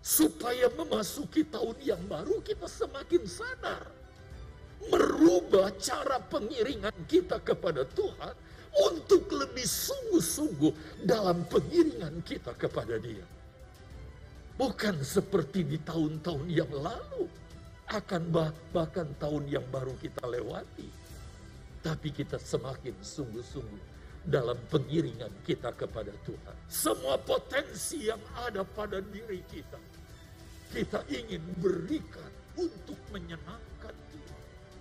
Supaya memasuki tahun yang baru kita semakin sadar. Merubah cara pengiringan kita kepada Tuhan untuk lebih sungguh-sungguh dalam pengiringan kita kepada Dia. Bukan seperti di tahun-tahun yang lalu, bahkan tahun yang baru kita lewati. Tapi kita semakin sungguh-sungguh dalam pengiringan kita kepada Tuhan. Semua potensi yang ada pada diri kita, kita ingin berikan untuk menyenangkan Tuhan.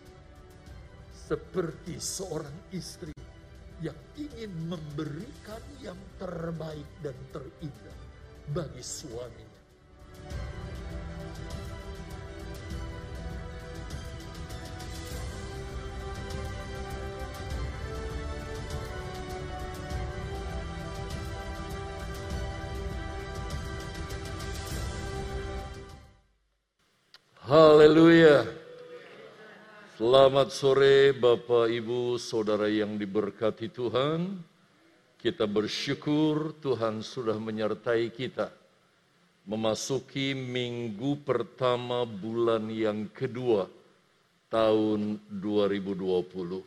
Seperti seorang istri yang ingin memberikan yang terbaik dan terindah bagi suaminya. Haleluya. Selamat sore Bapak, Ibu, Saudara yang diberkati Tuhan. Kita bersyukur Tuhan sudah menyertai kita memasuki minggu pertama bulan yang kedua tahun 2020.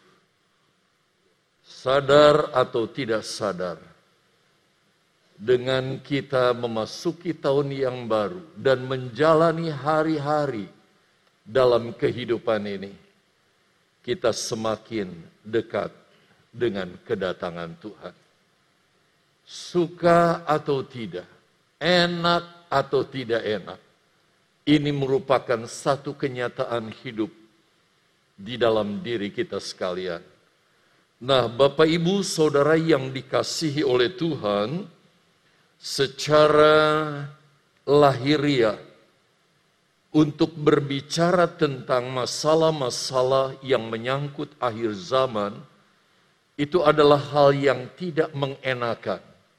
Sadar atau tidak sadar, dengan kita memasuki tahun yang baru dan menjalani hari-hari dalam kehidupan ini, kita semakin dekat dengan kedatangan Tuhan. Suka atau tidak, enak atau tidak enak, ini merupakan satu kenyataan hidup di dalam diri kita sekalian. Nah, Bapak, Ibu, Saudara yang dikasihi oleh Tuhan, secara lahiriah, untuk berbicara tentang masalah-masalah yang menyangkut akhir zaman, itu adalah hal yang tidak mengenakan.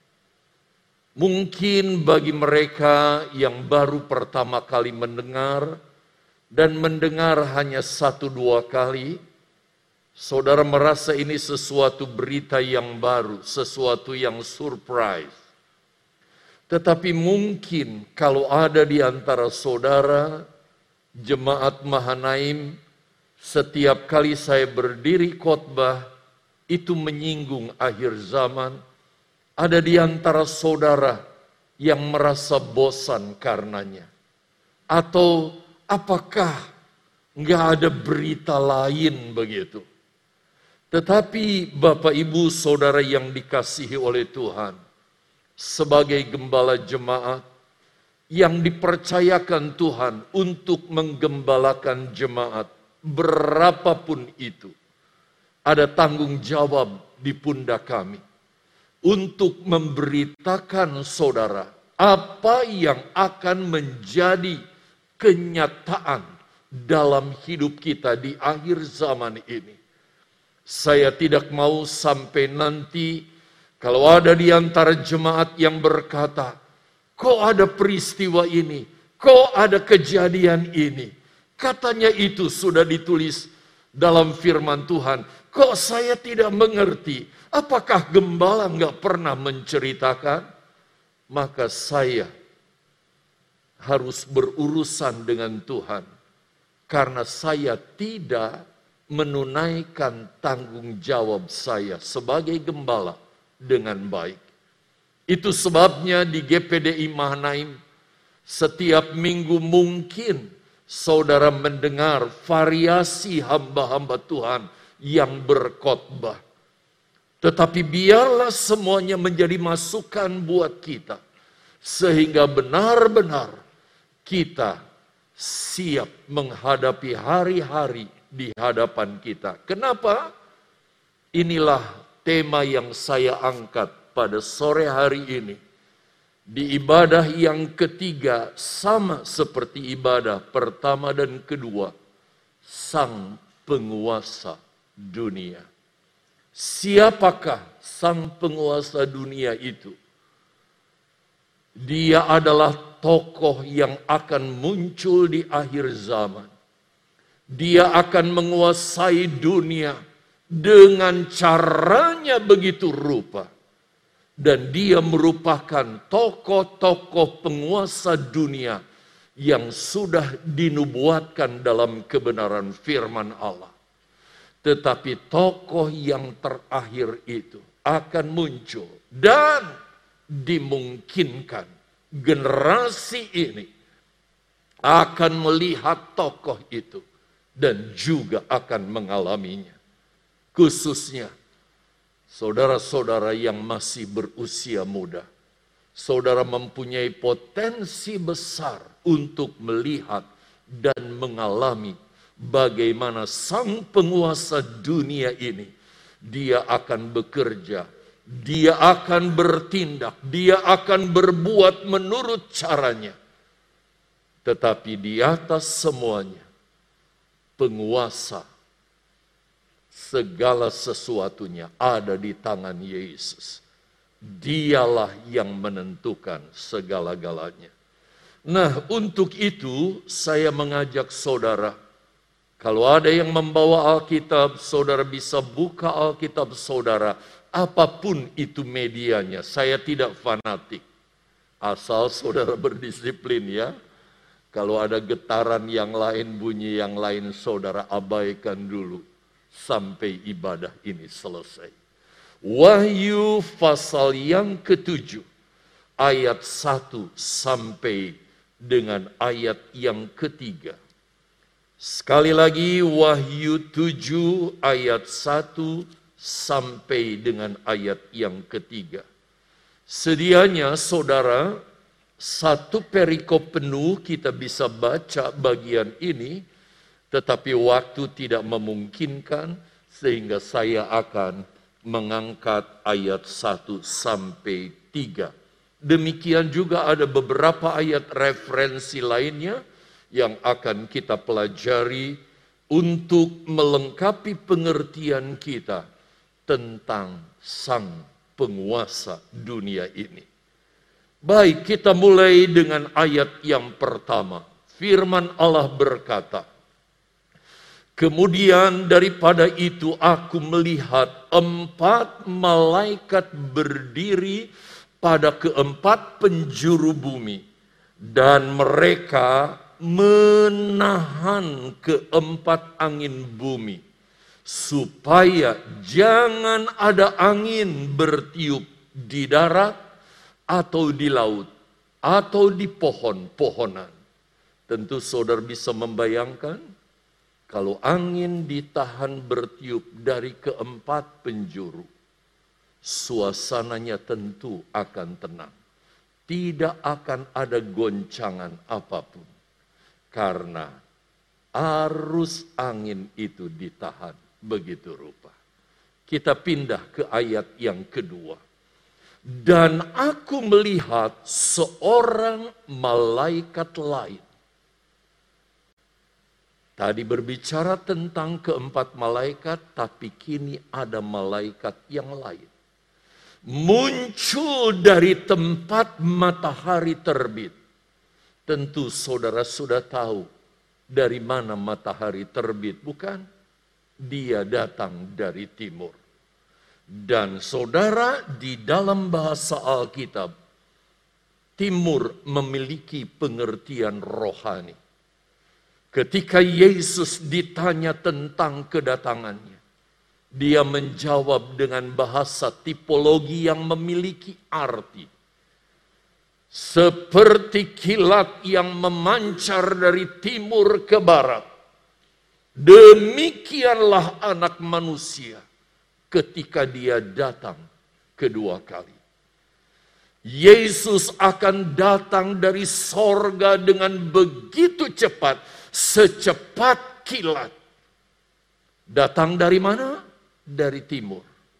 Mungkin bagi mereka yang baru pertama kali mendengar, dan mendengar hanya 1-2 kali, saudara merasa ini sesuatu berita yang baru, sesuatu yang surprise. Tetapi mungkin kalau ada di antara saudara, jemaat Mahanaim, setiap kali saya berdiri khotbah, itu menyinggung akhir zaman, ada di antara saudara yang merasa bosan karenanya. Atau apakah nggak ada berita lain begitu? Tetapi Bapak, Ibu, Saudara yang dikasihi oleh Tuhan, sebagai gembala jemaat yang dipercayakan Tuhan untuk menggembalakan jemaat berapapun itu, ada tanggung jawab di pundak kami untuk memberitakan saudara apa yang akan menjadi kenyataan dalam hidup kita di akhir zaman ini. Saya tidak mau sampai nanti kalau ada di antara jemaat yang berkata, kok ada peristiwa ini, kok ada kejadian ini, katanya itu sudah ditulis dalam firman Tuhan, kok saya tidak mengerti, apakah gembala nggak pernah menceritakan? Maka saya harus berurusan dengan Tuhan, karena saya tidak menunaikan tanggung jawab saya sebagai gembala dengan baik. Itu sebabnya di GPDI Mahanaim, setiap minggu mungkin saudara mendengar variasi hamba-hamba Tuhan yang berkhotbah. Tetapi biarlah semuanya menjadi masukan buat kita, sehingga benar-benar kita siap menghadapi hari-hari di hadapan kita. Kenapa? Inilah tema yang saya angkat pada sore hari ini. Di ibadah yang ketiga, sama seperti ibadah pertama dan kedua, Sang Penguasa Dunia. Siapakah Sang Penguasa Dunia itu? Dia adalah tokoh yang akan muncul di akhir zaman. Dia akan menguasai dunia dengan caranya begitu rupa. Dan dia merupakan tokoh-tokoh penguasa dunia yang sudah dinubuatkan dalam kebenaran firman Allah. Tetapi tokoh yang terakhir itu akan muncul dan dimungkinkan generasi ini akan melihat tokoh itu dan juga akan mengalaminya. Khususnya saudara-saudara yang masih berusia muda, saudara mempunyai potensi besar untuk melihat dan mengalami bagaimana sang penguasa dunia ini, dia akan bekerja, dia akan bertindak, dia akan berbuat menurut caranya. Tetapi di atas semuanya, penguasa segala sesuatunya ada di tangan Yesus. Dialah yang menentukan segala-galanya. Nah, untuk itu saya mengajak saudara, kalau ada yang membawa Alkitab, saudara bisa buka Alkitab saudara, apapun itu medianya. Saya tidak fanatik, asal saudara berdisiplin ya. Kalau ada getaran yang lain, bunyi yang lain, saudara abaikan dulu sampai ibadah ini selesai. Wahyu pasal yang ke-7, ayat 1 sampai dengan ayat yang ke-3. Sekali lagi, Wahyu 7 ayat 1 sampai dengan ayat yang ke-3. Sedianya saudara, satu perikop penuh kita bisa baca bagian ini, tetapi waktu tidak memungkinkan sehingga saya akan mengangkat ayat 1 sampai 3. Demikian juga ada beberapa ayat referensi lainnya yang akan kita pelajari untuk melengkapi pengertian kita tentang sang penguasa dunia ini. Baik, kita mulai dengan ayat yang pertama. Firman Allah berkata, kemudian daripada itu aku melihat 4 malaikat berdiri pada keempat penjuru bumi, dan mereka menahan keempat angin bumi, supaya jangan ada angin bertiup di darat, atau di laut, atau di pohon-pohonan. Tentu saudara bisa membayangkan, kalau angin ditahan bertiup dari keempat penjuru, suasananya tentu akan tenang. Tidak akan ada goncangan apapun. Karena arus angin itu ditahan begitu rupa. Kita pindah ke ayat yang kedua. Dan aku melihat seorang malaikat lain. Tadi berbicara tentang keempat malaikat, tapi kini ada malaikat yang lain. Muncul dari tempat matahari terbit. Tentu saudara sudah tahu dari mana matahari terbit, bukan? Dia datang dari timur. Dan saudara, di dalam bahasa Alkitab, timur memiliki pengertian rohani. Ketika Yesus ditanya tentang kedatangannya, dia menjawab dengan bahasa tipologi yang memiliki arti. Seperti kilat yang memancar dari timur ke barat, demikianlah Anak Manusia ketika dia datang kedua kali. Yesus akan datang dari sorga dengan begitu cepat, secepat kilat. Datang dari mana? Dari timur.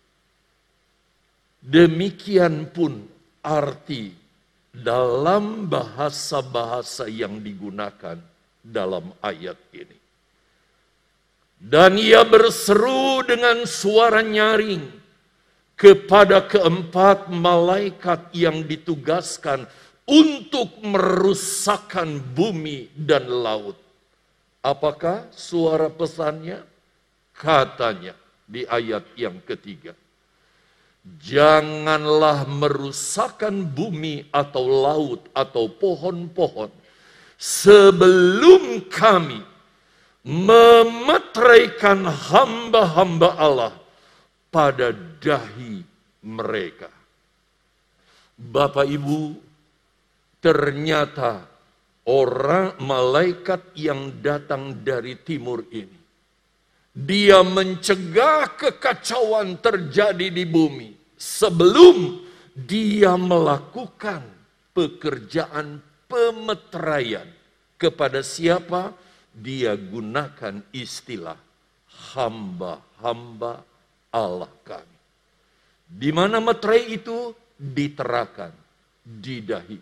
Demikian pun arti dalam bahasa-bahasa yang digunakan dalam ayat ini. Dan ia berseru dengan suara nyaring kepada keempat malaikat yang ditugaskan untuk merusakkan bumi dan laut. Apakah suara pesannya? Katanya di ayat yang ketiga. Janganlah merusakkan bumi atau laut atau pohon-pohon sebelum kami memeteraikan hamba-hamba Allah pada dahi mereka. Bapak Ibu, ternyata orang malaikat yang datang dari timur ini, dia mencegah kekacauan terjadi di bumi sebelum dia melakukan pekerjaan pemeteraian. Kepada siapa? Dia gunakan istilah hamba-hamba Allah kami. Di mana meterai itu diterakan di dahi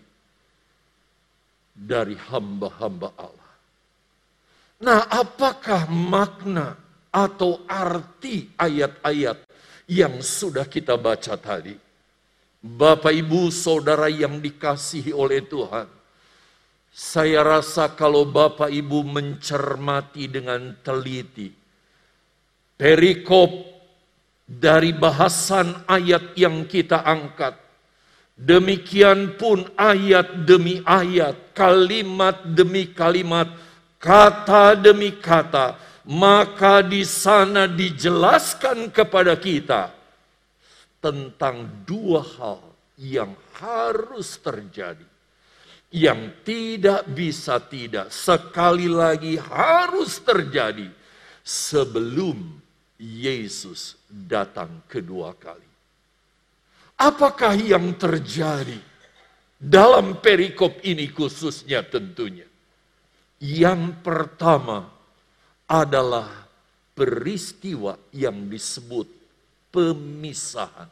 dari hamba-hamba Allah. Nah, apakah makna atau arti ayat-ayat yang sudah kita baca tadi? Bapak, Ibu, Saudara yang dikasihi oleh Tuhan, saya rasa kalau Bapak Ibu mencermati dengan teliti perikop dari bahasan ayat yang kita angkat, demikian pun ayat demi ayat, kalimat demi kalimat, kata demi kata, maka di sana dijelaskan kepada kita tentang dua hal yang harus terjadi, yang tidak bisa tidak, sekali lagi harus terjadi sebelum Yesus datang kedua kali. Apakah yang terjadi dalam perikop ini khususnya tentunya? Yang pertama adalah peristiwa yang disebut pemisahan.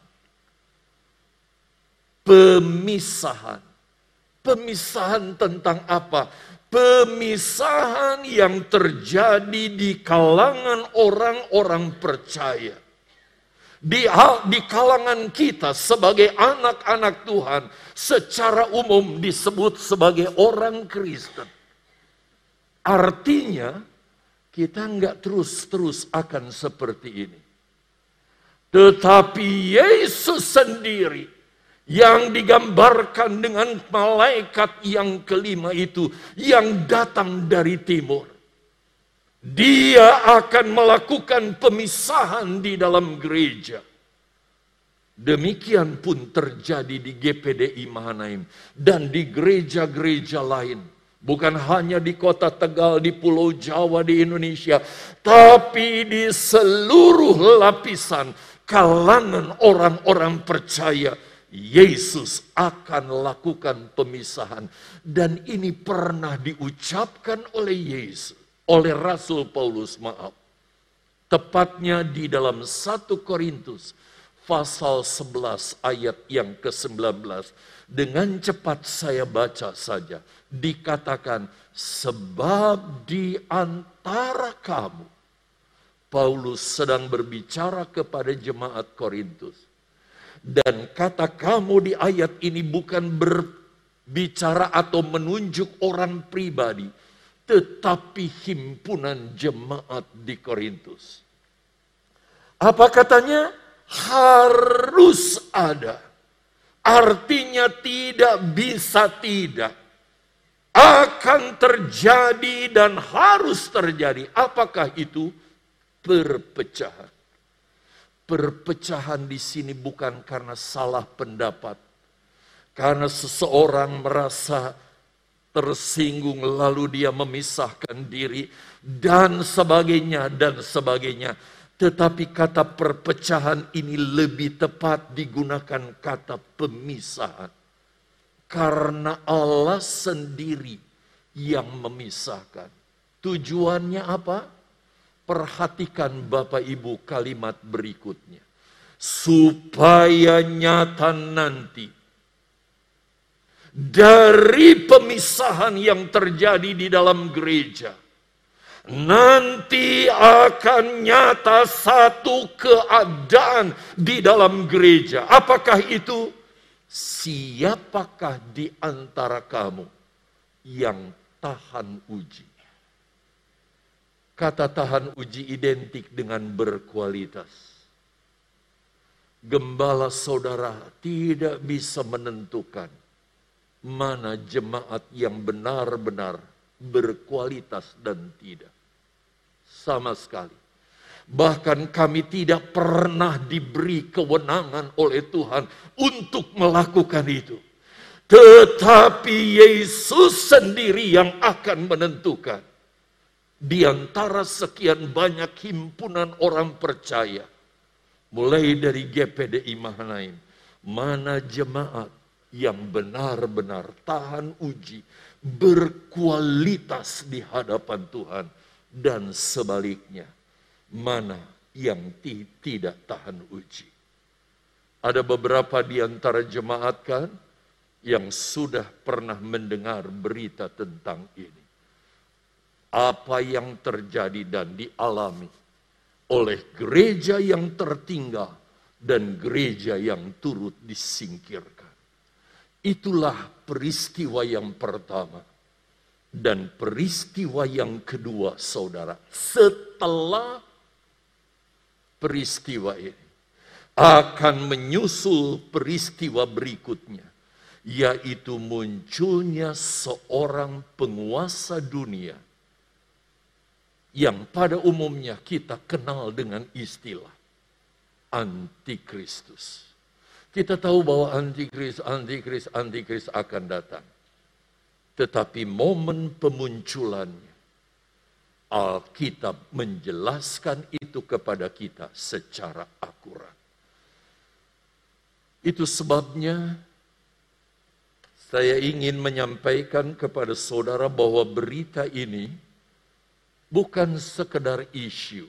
Pemisahan. Pemisahan tentang apa? Pemisahan yang terjadi di kalangan orang-orang percaya. Di kalangan kita sebagai anak-anak Tuhan secara umum disebut sebagai orang Kristen. Artinya kita enggak terus-terus akan seperti ini. Tetapi Yesus sendiri yang digambarkan dengan malaikat yang kelima itu yang datang dari timur. Dia akan melakukan pemisahan di dalam gereja. Demikian pun terjadi di GPDI Mahanaim dan di gereja-gereja lain. Bukan hanya di kota Tegal, di Pulau Jawa, di Indonesia, tapi di seluruh lapisan kalangan orang-orang percaya. Yesus akan lakukan pemisahan. Dan ini pernah diucapkan oleh Yesus, oleh Rasul Paulus, tepatnya di dalam 1 Korintus pasal 11 ayat yang ke-19. Dengan cepat saya baca saja. Dikatakan, sebab di antara kamu, Paulus sedang berbicara kepada jemaat Korintus. Dan kata kamu di ayat ini bukan berbicara atau menunjuk orang pribadi, tetapi himpunan jemaat di Korintus. Apa katanya? Harus ada. Artinya tidak bisa tidak. Akan terjadi dan harus terjadi. Apakah itu? Perpecahan. Perpecahan di sini bukan karena salah pendapat. Karena seseorang merasa tersinggung lalu dia memisahkan diri dan sebagainya dan sebagainya. Tetapi kata perpecahan ini lebih tepat digunakan kata pemisahan. Karena Allah sendiri yang memisahkan. Tujuannya apa? Perhatikan Bapak Ibu kalimat berikutnya. Supaya nyata nanti dari pemisahan yang terjadi di dalam gereja, nanti akan nyata satu keadaan di dalam gereja. Apakah itu? Siapakah di antara kamu yang tahan uji? Kata tahan uji identik dengan berkualitas. Gembala saudara tidak bisa menentukan mana jemaat yang benar-benar berkualitas dan tidak. Sama sekali. Bahkan kami tidak pernah diberi kewenangan oleh Tuhan untuk melakukan itu. Tetapi Yesus sendiri yang akan menentukan. Di antara sekian banyak himpunan orang percaya, mulai dari GPDI Mahanaim, mana jemaat yang benar-benar tahan uji, berkualitas di hadapan Tuhan, dan sebaliknya, mana yang tidak tahan uji. Ada beberapa di antara jemaat kan, yang sudah pernah mendengar berita tentang ini. Apa yang terjadi dan dialami oleh gereja yang tertinggal dan gereja yang turut disingkirkan. Itulah peristiwa yang pertama. Dan peristiwa yang kedua, saudara, setelah peristiwa ini akan menyusul peristiwa berikutnya, yaitu munculnya seorang penguasa dunia yang pada umumnya kita kenal dengan istilah Antikristus. Kita tahu bahwa Antikris akan datang. Tetapi momen pemunculannya, Alkitab menjelaskan itu kepada kita secara akurat. Itu sebabnya saya ingin menyampaikan kepada saudara bahwa berita ini bukan sekedar isu.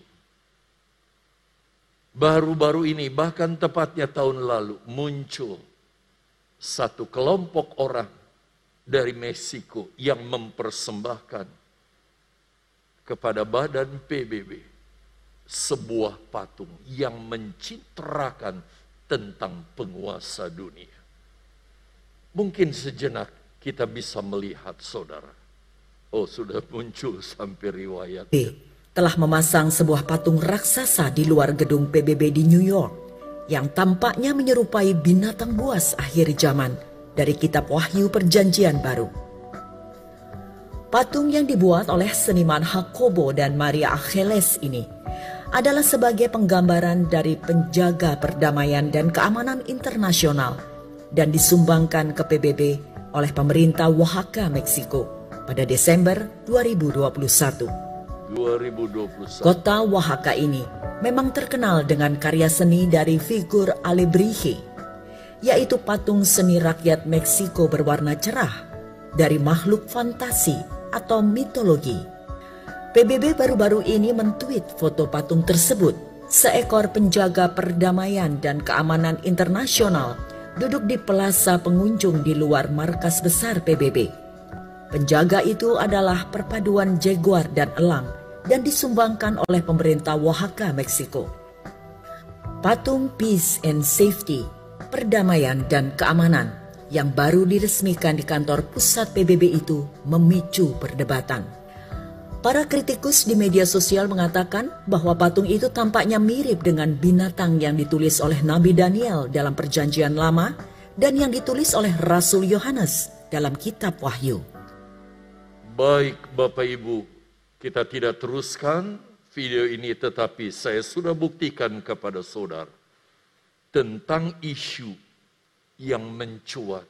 Baru-baru ini, bahkan tepatnya tahun lalu, muncul satu kelompok orang dari Meksiko yang mempersembahkan kepada badan PBB sebuah patung yang mencitrakan tentang penguasa dunia. Mungkin sejenak kita bisa melihat, saudara. Oh, sudah muncul sampai riwayat. Telah memasang sebuah patung raksasa di luar gedung PBB di New York yang tampaknya menyerupai binatang buas akhir zaman dari kitab Wahyu Perjanjian Baru. Patung yang dibuat oleh seniman Jacobo dan Maria Angeles ini adalah sebagai penggambaran dari penjaga perdamaian dan keamanan internasional dan disumbangkan ke PBB oleh pemerintah Oaxaca, Meksiko pada Desember 2021. Kota Oaxaca ini memang terkenal dengan karya seni dari figur Alebrije, yaitu patung seni rakyat Meksiko berwarna cerah dari makhluk fantasi atau mitologi. PBB baru-baru ini mentweet foto patung tersebut. Seekor penjaga perdamaian dan keamanan internasional duduk di plaza pengunjung di luar markas besar PBB. Penjaga itu adalah perpaduan jaguar dan elang dan disumbangkan oleh pemerintah Oaxaca, Meksiko. Patung Peace and Safety, perdamaian dan keamanan yang baru diresmikan di kantor pusat PBB itu memicu perdebatan. Para kritikus di media sosial mengatakan bahwa patung itu tampaknya mirip dengan binatang yang ditulis oleh Nabi Daniel dalam Perjanjian Lama dan yang ditulis oleh Rasul Yohanes dalam kitab Wahyu. Baik Bapak Ibu, kita tidak teruskan video ini, tetapi saya sudah buktikan kepada saudara tentang isu yang mencuat.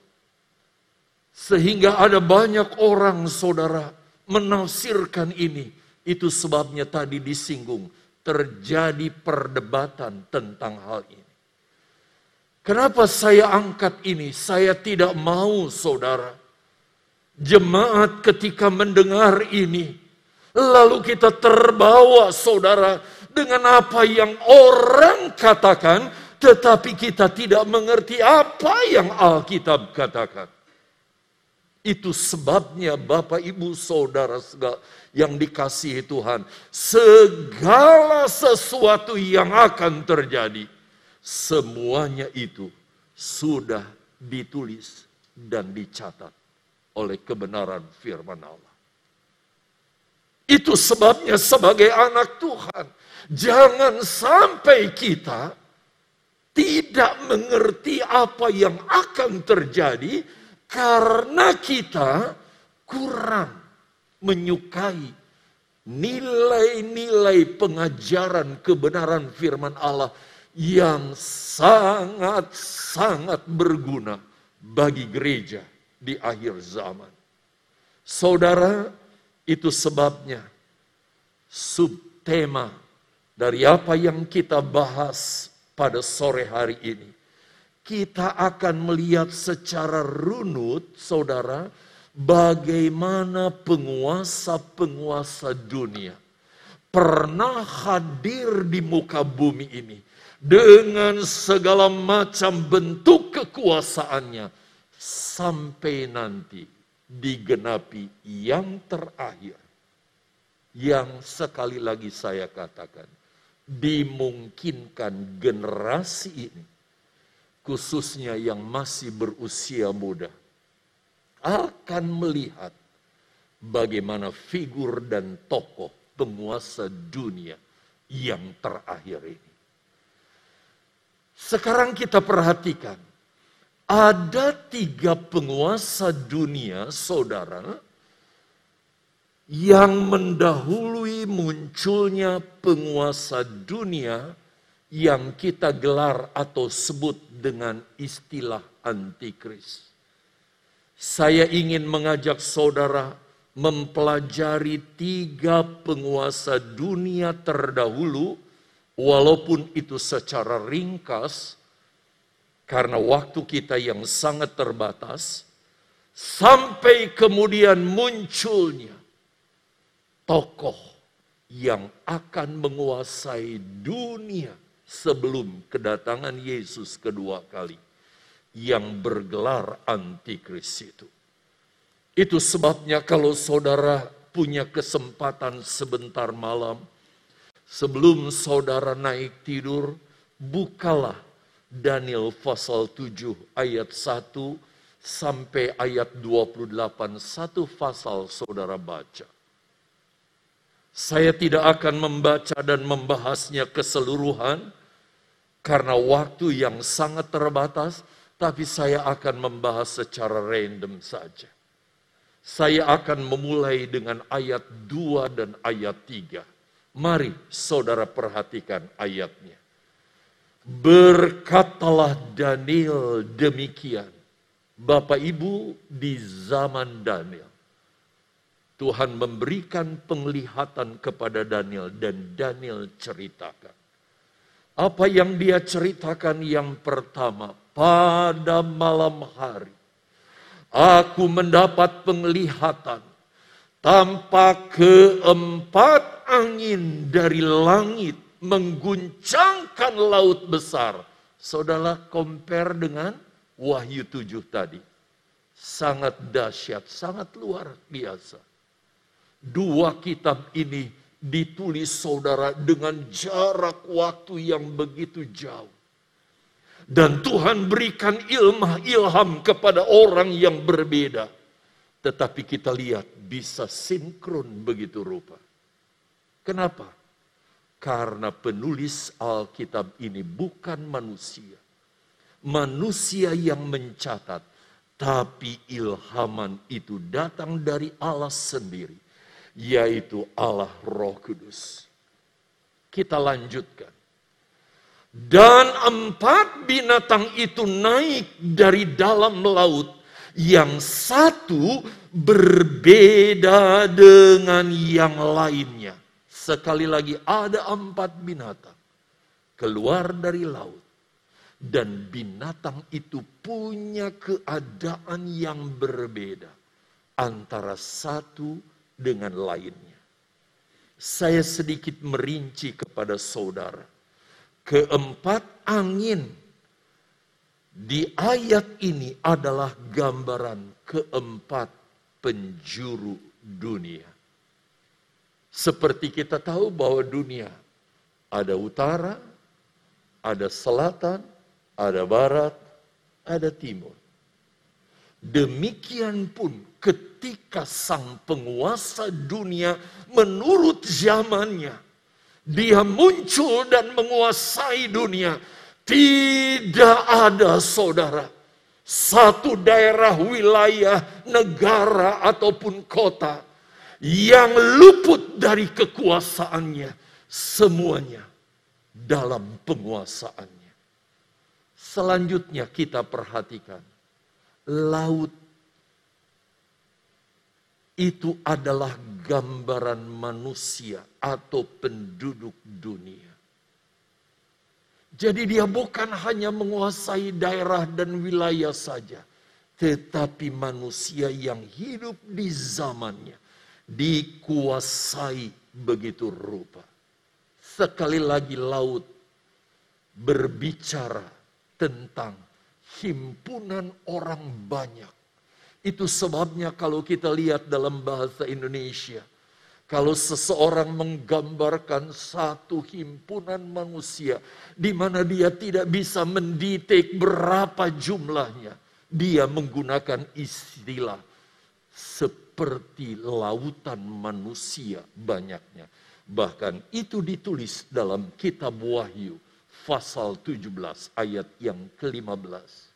Sehingga ada banyak orang, saudara, menafsirkan ini. Itu sebabnya tadi disinggung, terjadi perdebatan tentang hal ini. Kenapa saya angkat ini? Saya tidak mau, saudara, jemaat ketika mendengar ini, lalu kita terbawa, saudara, dengan apa yang orang katakan, tetapi kita tidak mengerti apa yang Alkitab katakan. Itu sebabnya Bapak Ibu Saudara yang dikasihi Tuhan, segala sesuatu yang akan terjadi, semuanya itu sudah ditulis dan dicatat oleh kebenaran firman Allah. Itu sebabnya sebagai anak Tuhan, jangan sampai kita tidak mengerti apa yang akan terjadi karena kita kurang menyukai nilai-nilai pengajaran kebenaran firman Allah yang sangat-sangat berguna bagi gereja di akhir zaman. Saudara, itu sebabnya subtema dari apa yang kita bahas pada sore hari ini. Kita akan melihat secara runut, saudara, bagaimana penguasa-penguasa dunia pernah hadir di muka bumi ini dengan segala macam bentuk kekuasaannya sampai nanti digenapi yang terakhir. Yang sekali lagi saya katakan, dimungkinkan generasi ini, khususnya yang masih berusia muda, akan melihat bagaimana figur dan tokoh penguasa dunia yang terakhir ini. Sekarang kita perhatikan, ada 3 penguasa dunia, saudara, yang mendahului munculnya penguasa dunia yang kita gelar atau sebut dengan istilah antikris. Saya ingin mengajak saudara mempelajari 3 penguasa dunia terdahulu, walaupun itu secara ringkas, karena waktu kita yang sangat terbatas, sampai kemudian munculnya tokoh yang akan menguasai dunia sebelum kedatangan Yesus kedua kali, yang bergelar antikris itu. Itu sebabnya kalau saudara punya kesempatan sebentar malam, sebelum saudara naik tidur, bukalah Daniel pasal 7 ayat 1 sampai ayat 28, satu pasal saudara baca. Saya tidak akan membaca dan membahasnya keseluruhan karena waktu yang sangat terbatas, tapi saya akan membahas secara random saja. Saya akan memulai dengan ayat 2 dan ayat 3. Mari saudara perhatikan ayatnya. Berkatalah Daniel demikian. Bapak Ibu, di zaman Daniel, Tuhan memberikan penglihatan kepada Daniel dan Daniel ceritakan. Apa yang dia ceritakan yang pertama, pada malam hari, aku mendapat penglihatan, tampak 4 angin dari langit mengguncangkan laut besar. Saudara compare dengan Wahyu 7 tadi. Sangat dahsyat, sangat luar biasa. 2 kitab ini ditulis saudara dengan jarak waktu yang begitu jauh. Dan Tuhan berikan ilham kepada orang yang berbeda. Tetapi kita lihat bisa sinkron begitu rupa. Kenapa? Karena penulis Alkitab ini bukan manusia. Manusia yang mencatat. Tapi ilhaman itu datang dari Allah sendiri. Yaitu Allah Roh Kudus. Kita lanjutkan. Dan 4 binatang itu naik dari dalam laut. Yang satu berbeda dengan yang lainnya. Sekali lagi ada 4 binatang. Keluar dari laut. Dan binatang itu punya keadaan yang berbeda. Antara satu dengan lainnya. Saya sedikit merinci kepada saudara. 4 angin di ayat ini adalah gambaran 4 penjuru dunia. Seperti kita tahu bahwa dunia ada utara, ada selatan, ada barat, ada timur. Demikian pun ketika sang penguasa dunia menurut zamannya, dia muncul dan menguasai dunia. Tidak ada, saudara, satu daerah, wilayah, negara, ataupun kota yang luput dari kekuasaannya. Semuanya dalam penguasaannya. Selanjutnya kita perhatikan, laut itu adalah gambaran manusia atau penduduk dunia. Jadi dia bukan hanya menguasai daerah dan wilayah saja, tetapi manusia yang hidup di zamannya dikuasai begitu rupa. Sekali lagi laut berbicara tentang himpunan orang banyak. Itu sebabnya kalau kita lihat dalam bahasa Indonesia, kalau seseorang menggambarkan satu himpunan manusia di mana dia tidak bisa mendetek berapa jumlahnya, dia menggunakan istilah seperti lautan manusia banyaknya. Bahkan itu ditulis dalam kitab Wahyu pasal 17 ayat yang ke-15.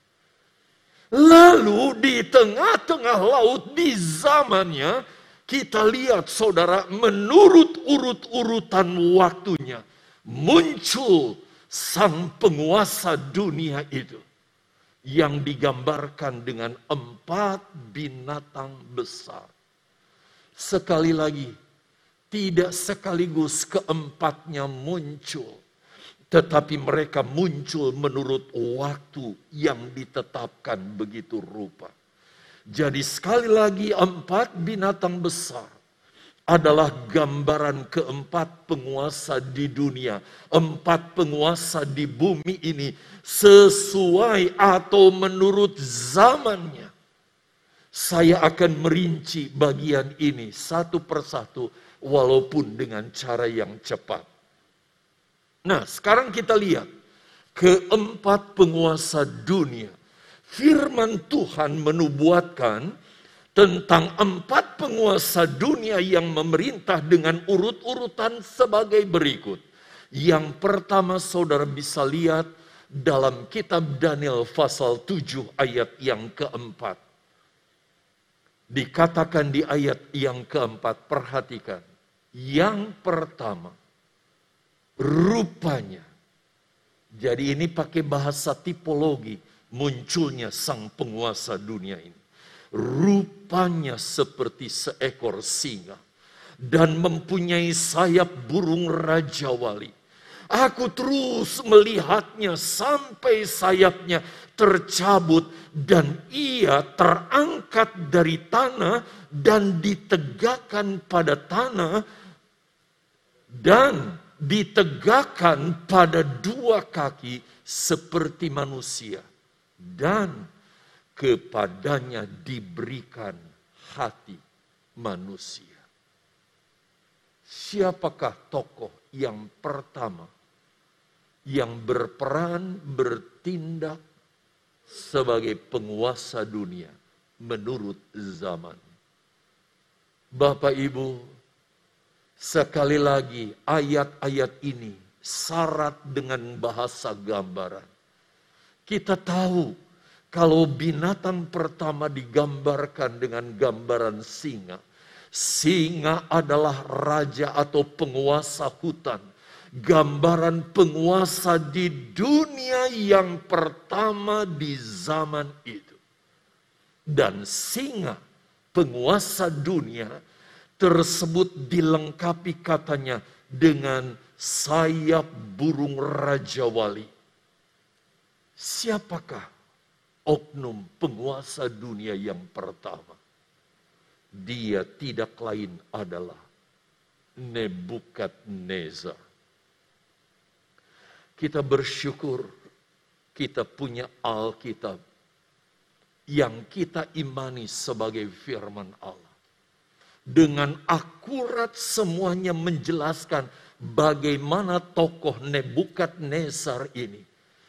Lalu di tengah-tengah laut di zamannya, kita lihat saudara, menurut urut-urutan waktunya, muncul sang penguasa dunia itu. Yang digambarkan dengan 4 binatang besar. Sekali lagi, tidak sekaligus keempatnya muncul. Tetapi mereka muncul menurut waktu yang ditetapkan begitu rupa. Jadi sekali lagi 4 binatang besar adalah gambaran keempat penguasa di dunia. 4 penguasa di bumi ini sesuai atau menurut zamannya. Saya akan merinci bagian ini satu persatu walaupun dengan cara yang cepat. Nah, sekarang kita lihat keempat penguasa dunia. Firman Tuhan menubuatkan tentang 4 penguasa dunia yang memerintah dengan urut-urutan sebagai berikut. Yang pertama saudara bisa lihat dalam kitab Daniel pasal 7 ayat yang keempat. Dikatakan di ayat yang keempat, perhatikan. Yang pertama, rupanya. Jadi ini pakai bahasa tipologi munculnya sang penguasa dunia ini. Rupanya seperti seekor singa dan mempunyai sayap burung rajawali. Aku terus melihatnya sampai sayapnya tercabut dan ia terangkat dari tanah dan ditegakkan pada tanah dan ditegakkan pada 2 kaki seperti manusia, dan kepadanya diberikan hati manusia. Siapakah tokoh yang pertama yang berperan bertindak sebagai penguasa dunia menurut zaman? Bapak Ibu, sekali lagi, ayat-ayat ini syarat dengan bahasa gambaran. Kita tahu kalau binatang pertama digambarkan dengan gambaran singa. Singa adalah raja atau penguasa hutan. Gambaran penguasa di dunia yang pertama di zaman itu. Dan singa, penguasa dunia tersebut dilengkapi katanya dengan sayap burung rajawali. Siapakah oknum penguasa dunia yang pertama? Dia tidak lain adalah Nebukadnezar. Kita bersyukur kita punya Alkitab yang kita imani sebagai firman Allah. Dengan akurat semuanya menjelaskan bagaimana tokoh Nebukadnezar ini.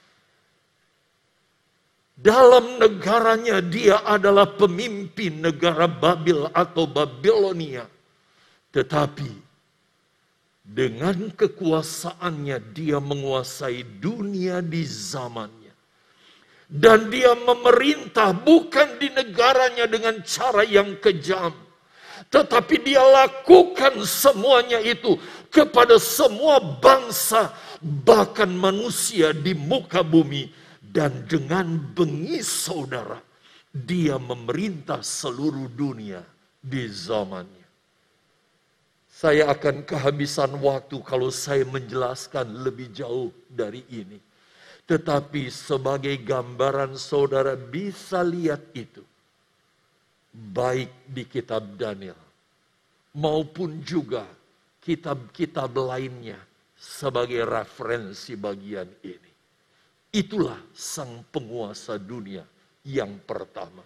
Dalam negaranya dia adalah pemimpin negara Babil atau Babilonia. Tetapi Dengan kekuasaannya dia menguasai dunia di zamannya. Dan dia memerintah bukan di negaranya dengan cara yang kejam. Tetapi dia lakukan semuanya itu kepada semua bangsa, bahkan manusia di muka bumi. Dan dengan bengis saudara, dia memerintah seluruh dunia di zamannya. Saya akan kehabisan waktu kalau saya menjelaskan lebih jauh dari ini. Tetapi sebagai gambaran saudara bisa lihat itu. Baik di kitab Daniel maupun juga kitab-kitab lainnya sebagai referensi bagian ini. Itulah sang penguasa dunia yang pertama.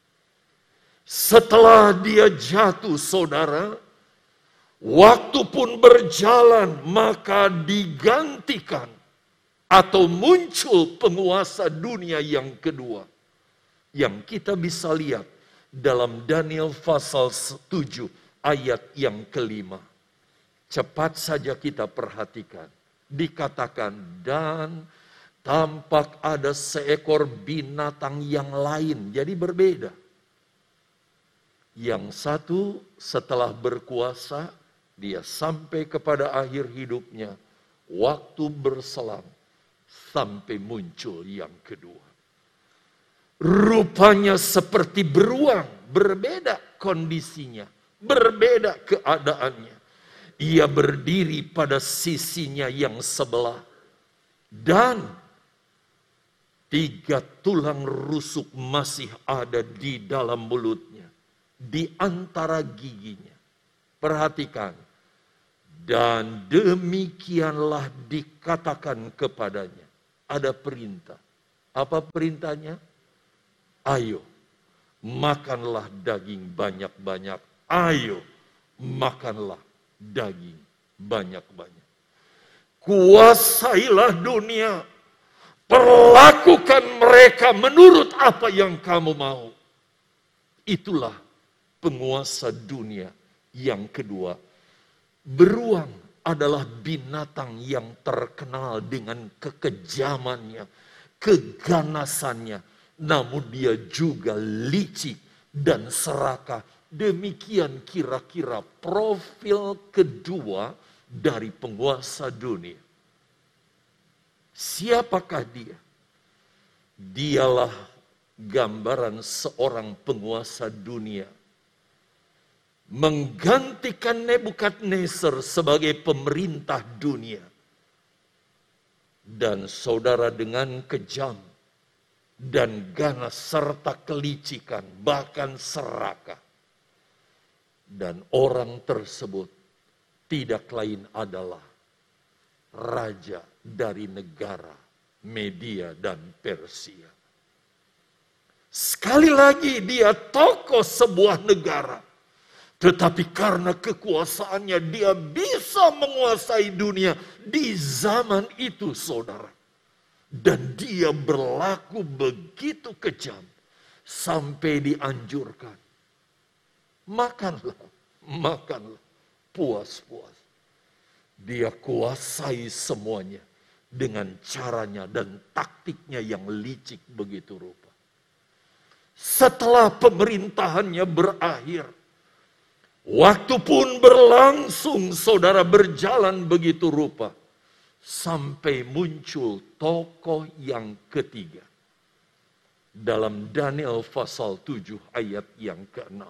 Setelah dia jatuh saudara, waktu pun berjalan, maka digantikan atau muncul penguasa dunia yang kedua. Yang kita bisa lihat dalam Daniel pasal 7 ayat yang kelima. Cepat saja kita perhatikan. Dikatakan, dan tampak ada seekor binatang yang lain. Jadi berbeda. Yang satu setelah berkuasa, dia sampai kepada akhir hidupnya, waktu berselang, sampai muncul yang kedua. Rupanya seperti beruang, berbeda kondisinya, berbeda keadaannya. Ia berdiri pada sisinya yang sebelah, dan 3 tulang rusuk masih ada di dalam mulutnya, di antara giginya. Perhatikan. Dan demikianlah dikatakan kepadanya. Ada perintah. Apa perintahnya? Ayo, makanlah daging banyak-banyak. Ayo, makanlah daging banyak-banyak. Kuasailah dunia. Perlakukan mereka menurut apa yang kamu mau. Itulah penguasa dunia yang kedua. Beruang adalah binatang yang terkenal dengan kekejamannya, keganasannya. Namun dia juga licik dan serakah. Demikian kira-kira profil kedua dari penguasa dunia. Siapakah dia? Dialah gambaran seorang penguasa dunia. Menggantikan Nebukadnezar sebagai pemerintah dunia. Dan saudara dengan kejam dan ganas serta kelicikan, bahkan serakah. Dan orang tersebut tidak lain adalah raja dari negara Media dan Persia. Sekali lagi dia tokoh sebuah negara. Tetapi karena kekuasaannya dia bisa menguasai dunia di zaman itu saudara. Dan dia berlaku begitu kejam sampai dianjurkan. Makanlah, makanlah, puas-puas. Dia kuasai semuanya dengan caranya dan taktiknya yang licik begitu rupa. Setelah pemerintahannya berakhir, waktu pun berlangsung, saudara, berjalan begitu rupa. Sampai muncul tokoh yang ketiga. Dalam Daniel pasal 7 ayat yang ke-6.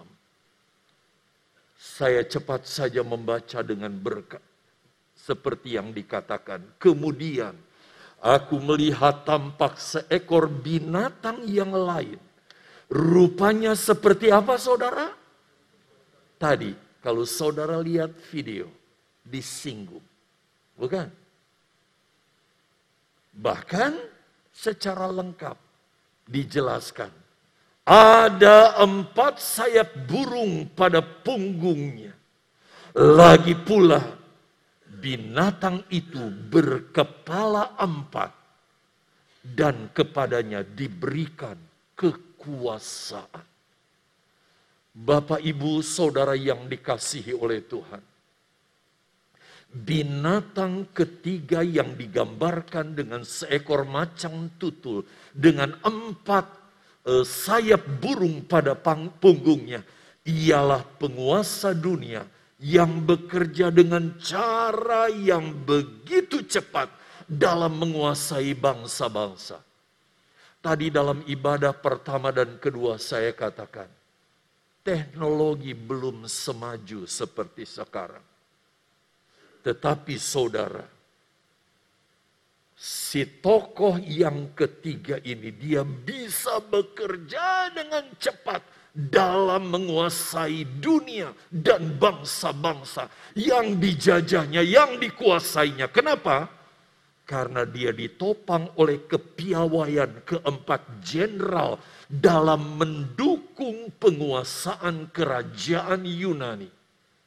Saya cepat saja membaca dengan berkat. Seperti yang dikatakan. Kemudian aku melihat tampak seekor binatang yang lain. Rupanya seperti apa saudara? Tadi kalau saudara lihat video disinggung. Bukan? Bahkan secara lengkap dijelaskan. Ada 4 sayap burung pada punggungnya. Lagi pula binatang itu berkepala 4 dan kepadanya diberikan kekuasaan. Bapak, Ibu, Saudara yang dikasihi oleh Tuhan. Binatang ketiga yang digambarkan dengan seekor macan tutul dengan 4 sayap burung pada punggungnya ialah penguasa dunia yang bekerja dengan cara yang begitu cepat dalam menguasai bangsa-bangsa. Tadi dalam ibadah pertama dan kedua saya katakan, teknologi belum semaju seperti sekarang. Tetapi saudara, si tokoh yang ketiga ini dia bisa bekerja dengan cepat dalam menguasai dunia dan bangsa-bangsa yang dijajahnya, yang dikuasainya. Kenapa? Karena dia ditopang oleh kepiawaian 4 jenderal dalam mendukung penguasaan kerajaan Yunani.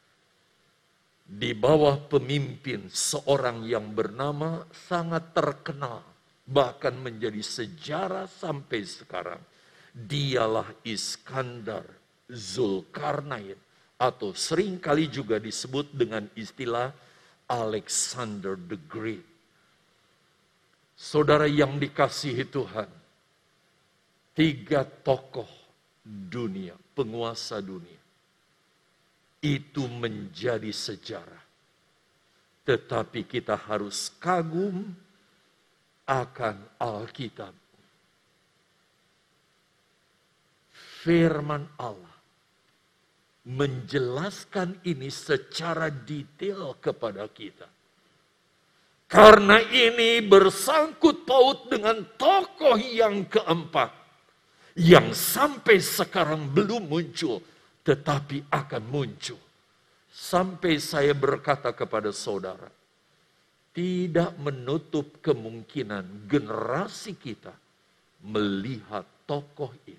Di bawah pemimpin seorang yang bernama sangat terkenal, bahkan menjadi sejarah sampai sekarang. Dialah Iskandar Zulkarnain, atau seringkali juga disebut dengan istilah Alexander the Great. Saudara yang dikasihi Tuhan, 3 tokoh dunia, penguasa dunia, itu menjadi sejarah. Tetapi kita harus kagum akan Alkitab. Firman Allah menjelaskan ini secara detail kepada kita. Karena ini bersangkut paut dengan tokoh yang keempat, yang sampai sekarang belum muncul, tetapi akan muncul. Sampai saya berkata kepada saudara, tidak menutup kemungkinan generasi kita melihat tokoh ini.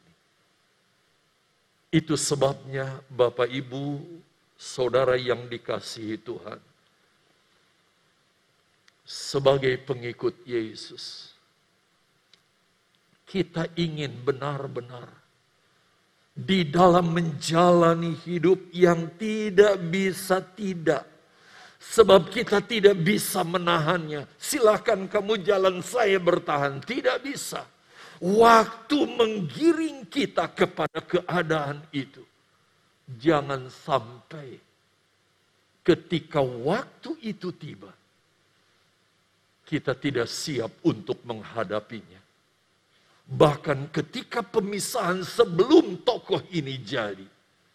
Itu sebabnya Bapak Ibu, saudara yang dikasihi Tuhan, sebagai pengikut Yesus, kita ingin benar-benar di dalam menjalani hidup yang tidak bisa tidak. Sebab kita tidak bisa menahannya. Silakan kamu jalan, saya bertahan. Tidak bisa. Waktu menggiring kita kepada keadaan itu. Jangan sampai ketika waktu itu tiba, kita tidak siap untuk menghadapinya. Bahkan ketika pemisahan sebelum tokoh ini jadi,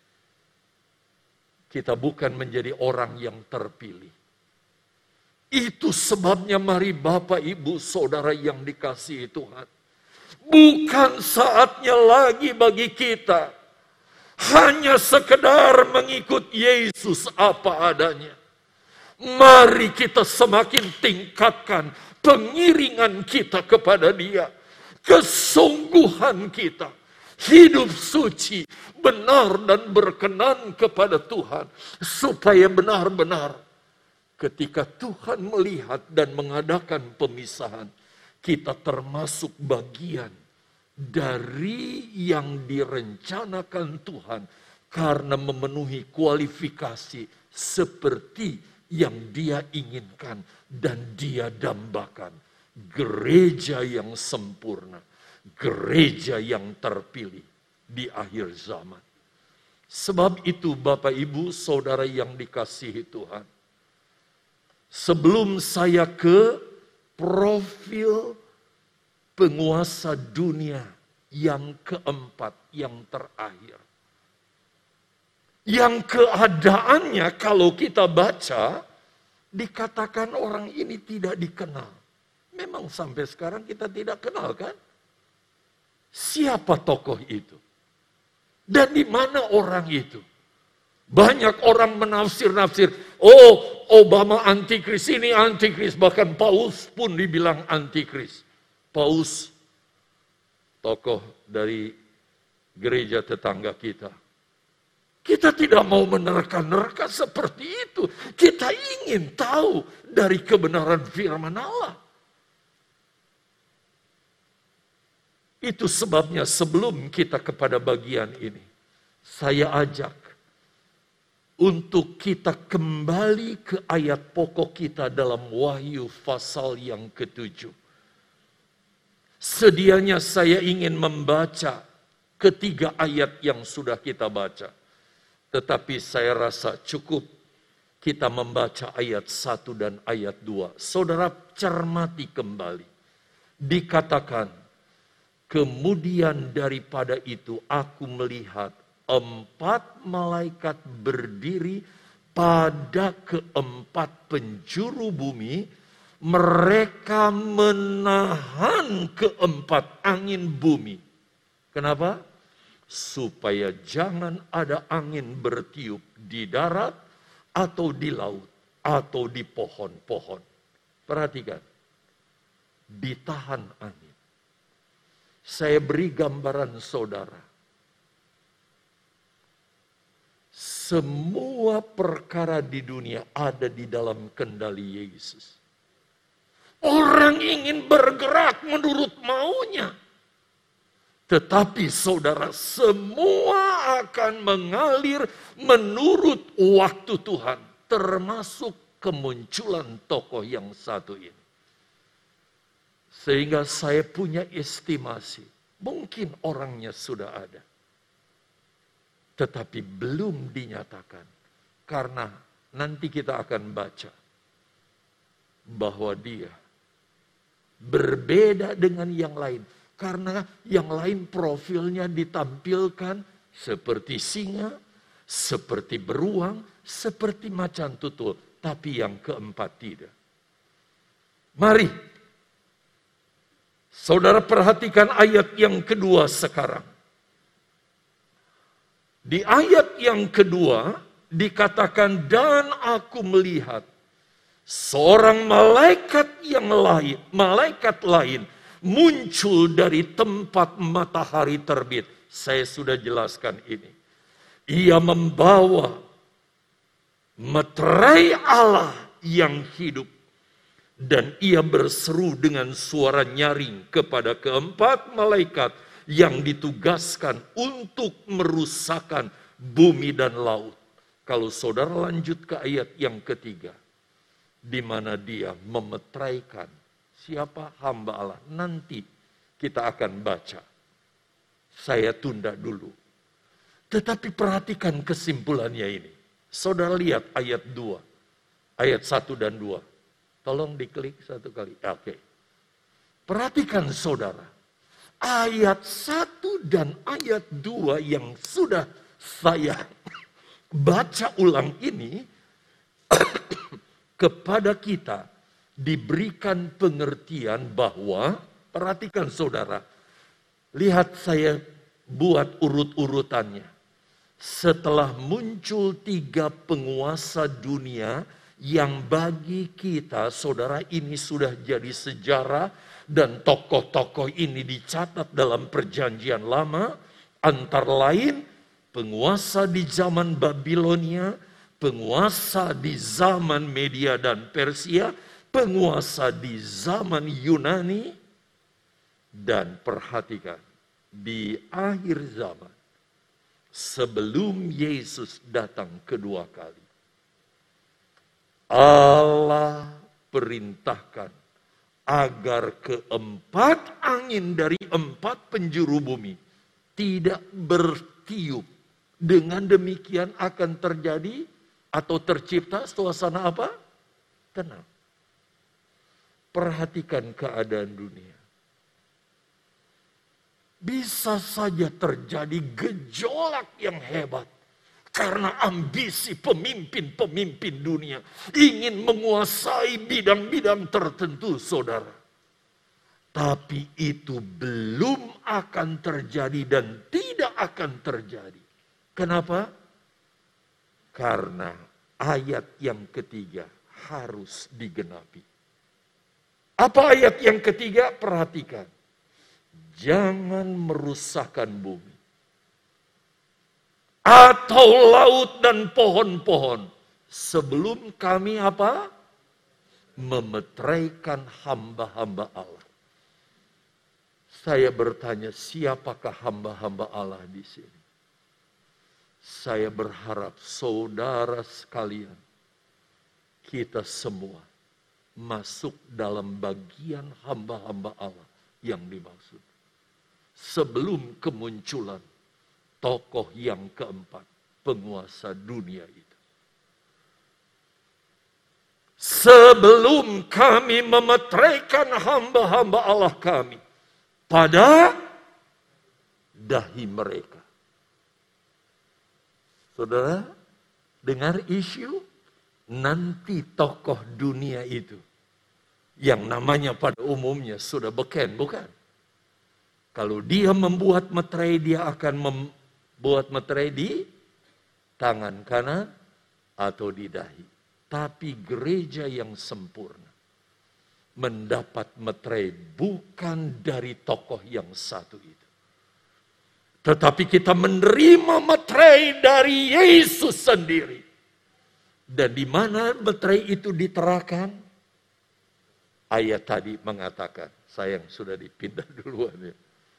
kita bukan menjadi orang yang terpilih. Itu sebabnya mari Bapak Ibu Saudara yang dikasihi Tuhan, bukan saatnya lagi bagi kita hanya sekedar mengikut Yesus apa adanya. Mari kita semakin tingkatkan pengiringan kita kepada Dia. Kesungguhan kita, hidup suci, benar dan berkenan kepada Tuhan. Supaya benar-benar ketika Tuhan melihat dan mengadakan pemisahan, kita termasuk bagian dari yang direncanakan Tuhan. Karena memenuhi kualifikasi seperti yang Dia inginkan dan Dia dambakan. Gereja yang sempurna, gereja yang terpilih di akhir zaman. Sebab itu Bapak Ibu Saudara yang dikasihi Tuhan, sebelum saya ke profil penguasa dunia yang keempat, yang terakhir, yang keadaannya kalau kita baca, dikatakan orang ini tidak dikenal. Memang sampai sekarang kita tidak kenal kan? Siapa tokoh itu? Dan di mana orang itu? Banyak orang menafsir-nafsir, oh Obama antikris, ini antikris. Bahkan Paus pun dibilang antikris. Paus, tokoh dari gereja tetangga kita. Kita tidak mau menerka-nerka seperti itu. Kita ingin tahu dari kebenaran firman Allah. Itu sebabnya sebelum kita kepada bagian ini, saya ajak untuk kita kembali ke ayat pokok kita dalam Wahyu pasal yang ke-7. Sedianya saya ingin membaca ketiga ayat yang sudah kita baca. Tetapi saya rasa cukup kita membaca ayat 1 dan ayat 2. Saudara cermati kembali. Dikatakan, kemudian daripada itu aku melihat 4 malaikat berdiri pada keempat penjuru bumi. Mereka menahan keempat angin bumi. Kenapa? Supaya jangan ada angin bertiup di darat atau di laut atau di pohon-pohon. Perhatikan, ditahan angin. Saya beri gambaran saudara. Semua perkara di dunia ada di dalam kendali Yesus. Orang ingin bergerak menurut maunya. Tetapi saudara, semua akan mengalir menurut waktu Tuhan. Termasuk kemunculan tokoh yang satu ini. Sehingga saya punya estimasi. Mungkin orangnya sudah ada. Tetapi belum dinyatakan. Karena nanti kita akan baca. Bahwa dia berbeda dengan yang lain. Karena yang lain profilnya ditampilkan seperti singa, seperti beruang, seperti macan tutul. Tapi yang keempat tidak. Mari, saudara perhatikan ayat yang kedua sekarang. Di ayat yang kedua dikatakan, dan aku melihat seorang malaikat lain muncul dari tempat matahari terbit. Saya sudah jelaskan ini. Ia membawa meterai Allah yang hidup. Dan ia berseru dengan suara nyaring kepada keempat malaikat yang ditugaskan untuk merusakkan bumi dan laut. Kalau saudara lanjut ke ayat yang ketiga. Di mana dia memeteraikan siapa hamba Allah. Nanti kita akan baca. Saya tunda dulu. Tetapi perhatikan kesimpulannya ini. Saudara lihat ayat 2. Ayat 1 dan 2. Tolong diklik satu kali. Oke. Perhatikan saudara. Ayat 1 dan ayat 2 yang sudah saya baca ulang ini. Kepada kita diberikan pengertian bahwa, perhatikan saudara, lihat saya buat urut-urutannya. Setelah muncul 3 penguasa dunia yang bagi kita, saudara, ini sudah jadi sejarah dan tokoh-tokoh ini dicatat dalam perjanjian lama, antara lain penguasa di zaman Babilonia, penguasa di zaman Media dan Persia, penguasa di zaman Yunani, dan perhatikan, di akhir zaman, sebelum Yesus datang kedua kali, Allah perintahkan agar keempat angin dari 4 penjuru bumi tidak bertiup. Dengan demikian akan terjadi atau tercipta suasana apa? Tenang. Perhatikan keadaan dunia. Bisa saja terjadi gejolak yang hebat. Karena ambisi pemimpin-pemimpin dunia ingin menguasai bidang-bidang tertentu, saudara. Tapi itu belum akan terjadi dan tidak akan terjadi. Kenapa? Karena ayat yang ketiga harus digenapi. Apa ayat yang ketiga? Perhatikan. Jangan merusakkan bumi. Atau laut dan pohon-pohon. Sebelum kami apa? Memeteraikan hamba-hamba Allah. Saya bertanya, siapakah hamba-hamba Allah di sini? Saya berharap saudara sekalian, kita semua masuk dalam bagian hamba-hamba Allah yang dimaksud. Sebelum kemunculan tokoh yang keempat, penguasa dunia itu. Sebelum kami memeteraikan hamba-hamba Allah kami pada dahi mereka. Saudara, dengar isu nanti tokoh dunia itu yang namanya pada umumnya sudah beken, bukan? Kalau dia membuat meterai, dia akan membuat meterai di tangan kanan atau di dahi. Tapi gereja yang sempurna mendapat meterai bukan dari tokoh yang satu itu. Tetapi kita menerima meterai dari Yesus sendiri. Dan di mana meterai itu diterakan? Ayat tadi mengatakan, sayang sudah dipindah duluan ya.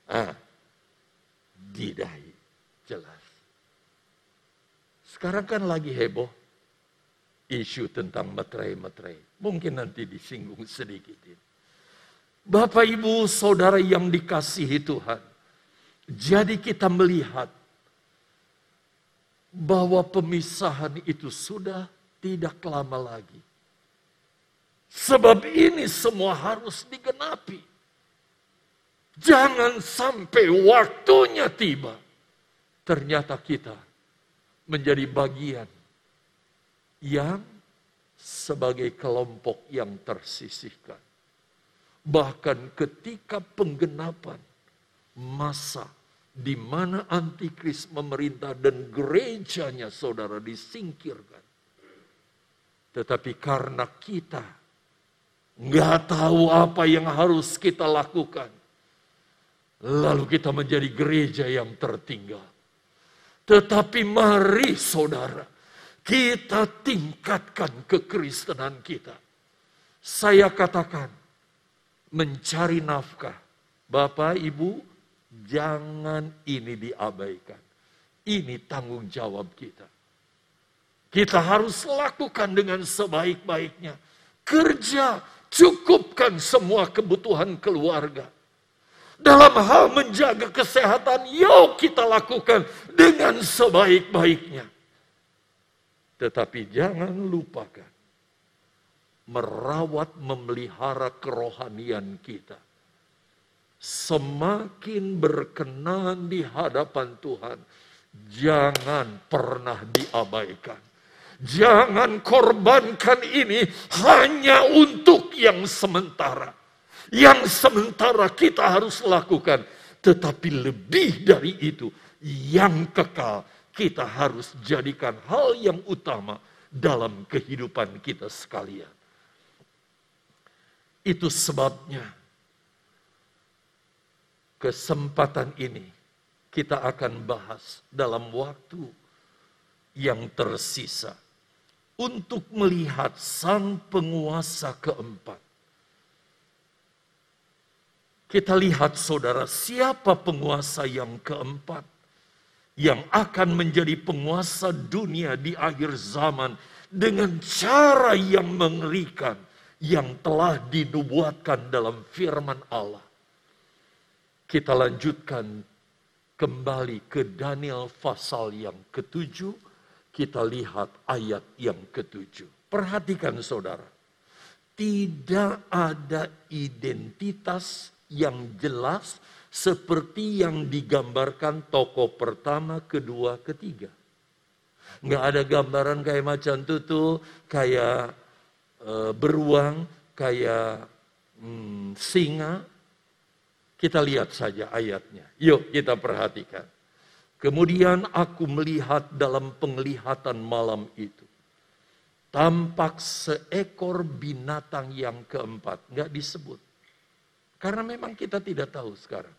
Di dahi, jelas. Sekarang kan lagi heboh isu tentang meterai-meterai. Mungkin nanti disinggung sedikit. Bapak, Ibu, Saudara yang dikasihi Tuhan. Jadi kita melihat bahwa pemisahan itu sudah tidak lama lagi. Sebab ini semua harus digenapi. Jangan sampai waktunya tiba. Ternyata kita menjadi bagian yang sebagai kelompok yang tersisihkan. Bahkan ketika penggenapan masa di mana antikris memerintah dan gerejanya saudara disingkirkan. Tetapi karena kita nggak tahu apa yang harus kita lakukan, lalu kita menjadi gereja yang tertinggal. Tetapi mari saudara, kita tingkatkan kekristenan kita. Saya katakan, mencari nafkah. Bapak, Ibu, jangan ini diabaikan. Ini tanggung jawab kita. Kita harus lakukan dengan sebaik-baiknya. Kerja, cukupkan semua kebutuhan keluarga. Dalam hal menjaga kesehatan, yuk kita lakukan dengan sebaik-baiknya. Tetapi jangan lupakan merawat, memelihara kerohanian kita. Semakin berkenan di hadapan Tuhan, jangan pernah diabaikan. Jangan korbankan ini hanya untuk yang sementara. Yang sementara kita harus lakukan. Tetapi lebih dari itu, yang kekal kita harus jadikan hal yang utama dalam kehidupan kita sekalian. Itu sebabnya kesempatan ini kita akan bahas dalam waktu yang tersisa untuk melihat sang penguasa keempat. Kita lihat saudara, siapa penguasa yang keempat yang akan menjadi penguasa dunia di akhir zaman dengan cara yang mengerikan yang telah dinubuatkan dalam firman Allah. Kita lanjutkan kembali ke Daniel pasal yang ke-7. Kita lihat ayat yang ke-7. Perhatikan saudara. Tidak ada identitas yang jelas seperti yang digambarkan tokoh pertama, kedua, ketiga. Nggak ada gambaran kayak macan tutul, kayak beruang, kayak singa. Kita lihat saja ayatnya. Yuk kita perhatikan. Kemudian aku melihat dalam penglihatan malam itu. Tampak seekor binatang yang keempat. Nggak disebut. Karena memang kita tidak tahu sekarang.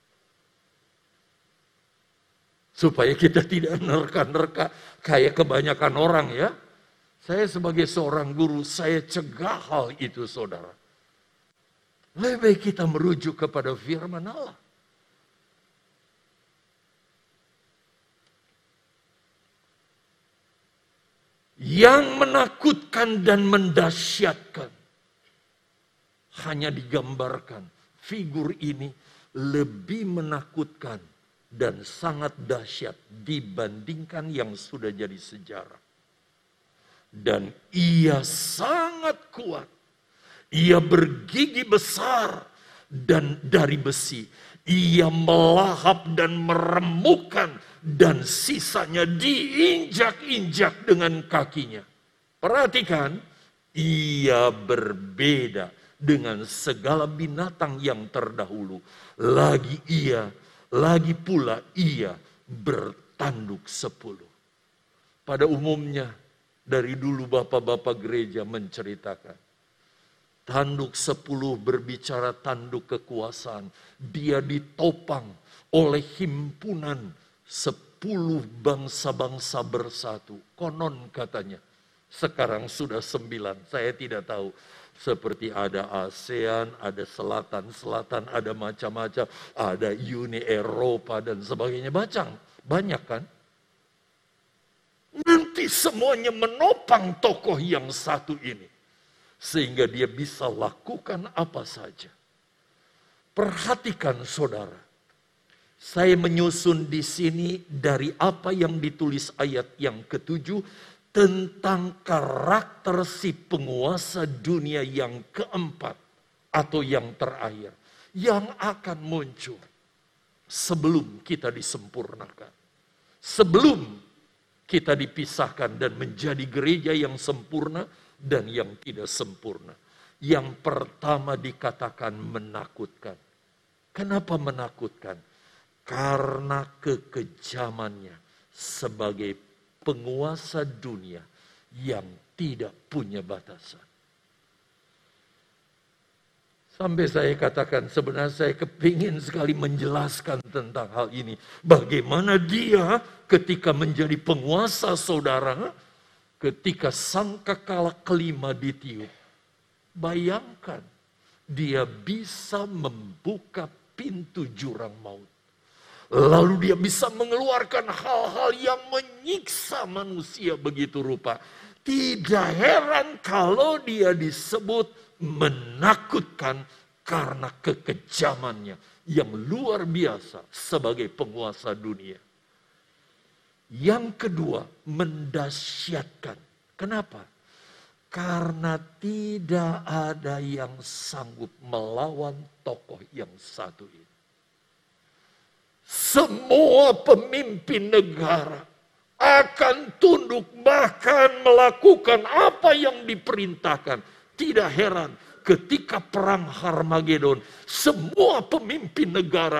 Supaya kita tidak nerka-nerka kayak kebanyakan orang ya. Saya sebagai seorang guru, saya cegah hal itu saudara. Lebih baik kita merujuk kepada firman Allah. yang menakutkan dan mendahsyatkan. Hanya digambarkan, figur ini lebih menakutkan dan sangat dahsyat dibandingkan yang sudah jadi sejarah. Dan ia sangat kuat. Ia bergigi besar dan dari besi. Ia melahap dan meremukkan dan sisanya diinjak-injak dengan kakinya. Perhatikan, ia berbeda dengan segala binatang yang terdahulu. Lagi pula ia bertanduk 10. Pada umumnya, dari dulu bapak-bapak gereja menceritakan, tanduk 10 berbicara tanduk kekuasaan. Dia ditopang oleh himpunan 10 bangsa-bangsa bersatu. Konon katanya. Sekarang sudah 9, saya tidak tahu. Seperti ada ASEAN, ada Selatan-Selatan, ada macam-macam. Ada Uni Eropa dan sebagainya. Banyak kan? Nanti semuanya menopang tokoh yang satu ini. Sehingga dia bisa lakukan apa saja. Perhatikan saudara. Saya menyusun di sini dari apa yang ditulis ayat yang ke-7. Tentang karakter si penguasa dunia yang keempat. Atau yang terakhir. Yang akan muncul. Sebelum kita disempurnakan. Sebelum kita dipisahkan dan menjadi gereja yang sempurna dan yang tidak sempurna. Yang pertama dikatakan menakutkan. Kenapa menakutkan? Karena kekejamannya sebagai penguasa dunia yang tidak punya batasan. Sampai saya katakan sebenarnya saya kepingin sekali menjelaskan tentang hal ini. Bagaimana dia ketika menjadi penguasa saudara, ketika sangkakala kelima ditiup. Bayangkan dia bisa membuka pintu jurang maut. Lalu dia bisa mengeluarkan hal-hal yang menyiksa manusia begitu rupa. Tidak heran kalau dia disebut menakutkan karena kekejamannya yang luar biasa sebagai penguasa dunia. Yang kedua, mendahsyatkan. Kenapa? Karena tidak ada yang sanggup melawan tokoh yang satu ini. Semua pemimpin negara akan tunduk bahkan melakukan apa yang diperintahkan. Tidak heran ketika perang Harmagedon semua pemimpin negara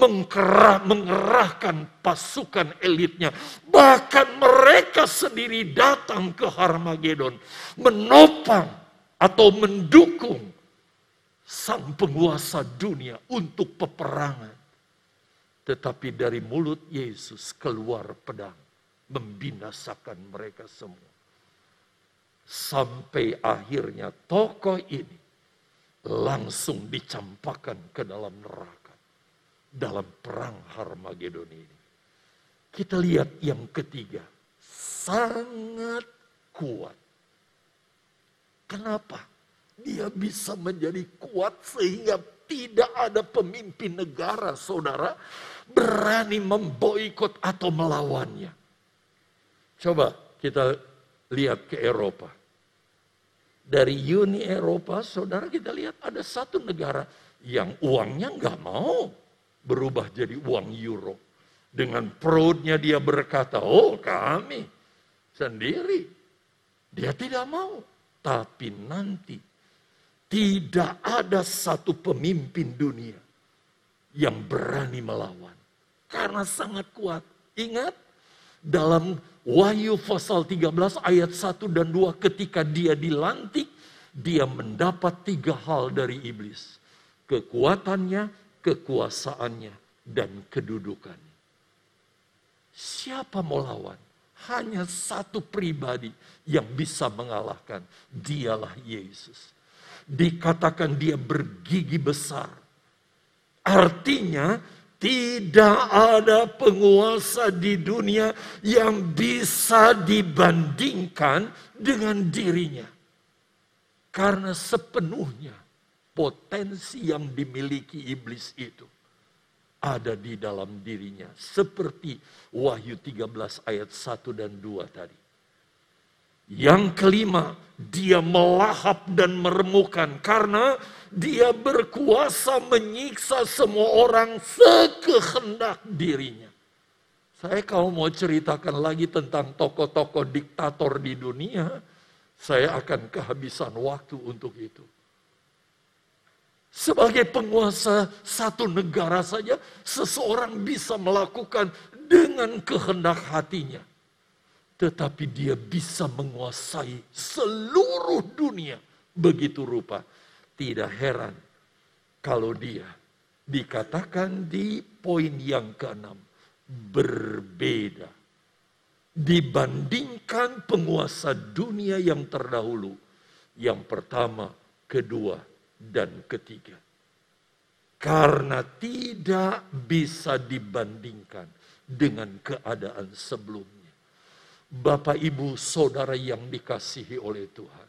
mengerahkan pasukan elitnya. Bahkan mereka sendiri datang ke Harmagedon menopang atau mendukung sang penguasa dunia untuk peperangan. Tetapi dari mulut Yesus keluar pedang, membinasakan mereka semua. Sampai akhirnya tokoh ini langsung dicampakkan ke dalam neraka. Dalam perang Harmagedon ini. Kita lihat yang ketiga, sangat kuat. Kenapa? Dia bisa menjadi kuat sehingga tidak ada pemimpin negara, saudara, berani memboikot atau melawannya. Coba kita lihat ke Eropa. Dari Uni Eropa, saudara, kita lihat ada satu negara yang uangnya nggak mau berubah jadi uang euro. Dengan perutnya dia berkata, oh kami sendiri. Dia tidak mau. Tapi nanti tidak ada satu pemimpin dunia yang berani melawan. Karena sangat kuat. Ingat, dalam Wahyu pasal 13 ayat 1 dan 2 ketika dia dilantik, dia mendapat 3 hal dari iblis. Kekuatannya, kekuasaannya, dan kedudukannya. Siapa mau lawan? Hanya satu pribadi yang bisa mengalahkan. Dialah Yesus. Dikatakan dia bergigi besar. Artinya Tidak ada penguasa di dunia yang bisa dibandingkan dengan dirinya. Karena sepenuhnya potensi yang dimiliki iblis itu ada di dalam dirinya. Seperti Wahyu 13 ayat 1 dan 2 tadi. Yang kelima, dia melahap dan meremukkan karena dia berkuasa menyiksa semua orang sekehendak dirinya. Saya kalau mau ceritakan lagi tentang tokoh-tokoh diktator di dunia, saya akan kehabisan waktu untuk itu. Sebagai penguasa satu negara saja, seseorang bisa melakukan dengan kehendak hatinya. Tetapi dia bisa menguasai seluruh dunia begitu rupa. Tidak heran kalau dia dikatakan di poin yang ke-6 berbeda dibandingkan penguasa dunia yang terdahulu. Yang pertama, kedua, dan ketiga. Karena tidak bisa dibandingkan dengan keadaan sebelumnya. Bapak, Ibu, Saudara yang dikasihi oleh Tuhan.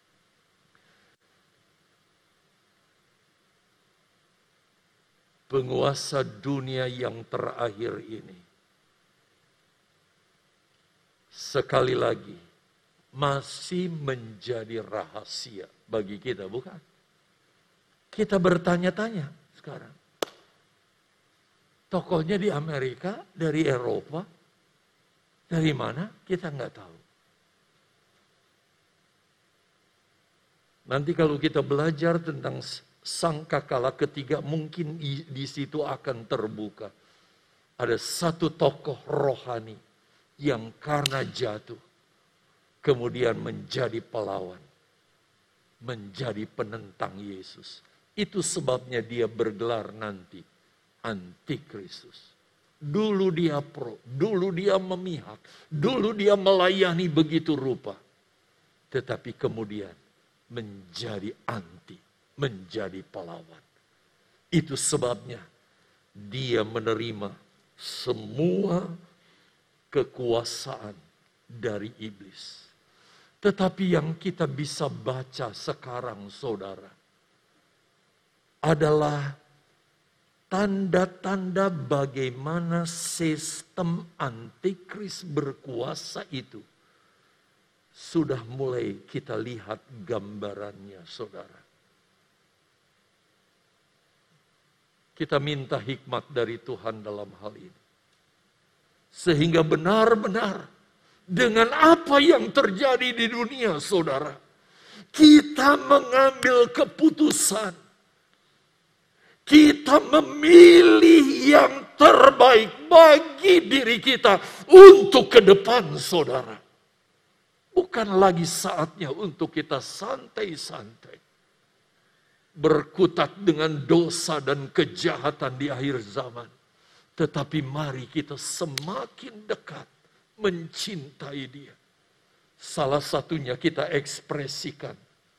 Penguasa dunia yang terakhir ini, sekali lagi, masih menjadi rahasia bagi kita, bukan? Kita bertanya-tanya sekarang. Tokohnya di Amerika, dari Eropa, dari mana? Kita nggak tahu. Nanti kalau kita belajar tentang sangkakala ketiga, mungkin di situ akan terbuka. Ada satu tokoh rohani yang karena jatuh, kemudian menjadi pahlawan, menjadi penentang Yesus. Itu sebabnya dia bergelar nanti Antikristus. Dulu dia pro, dulu dia memihak, dulu dia melayani begitu rupa. Tetapi kemudian menjadi anti, menjadi pahlawan. Itu sebabnya dia menerima semua kekuasaan dari iblis. Tetapi yang kita bisa baca sekarang, saudara, adalah tanda-tanda bagaimana sistem antikris berkuasa itu sudah mulai kita lihat gambarannya, saudara. Kita minta hikmat dari Tuhan dalam hal ini. Sehingga benar-benar dengan apa yang terjadi di dunia, saudara, kita mengambil keputusan. Kita memilih yang terbaik bagi diri kita untuk ke depan, saudara. Bukan lagi saatnya untuk kita santai-santai berkutat dengan dosa dan kejahatan di akhir zaman. Tetapi mari kita semakin dekat mencintai Dia. Salah satunya kita ekspresikan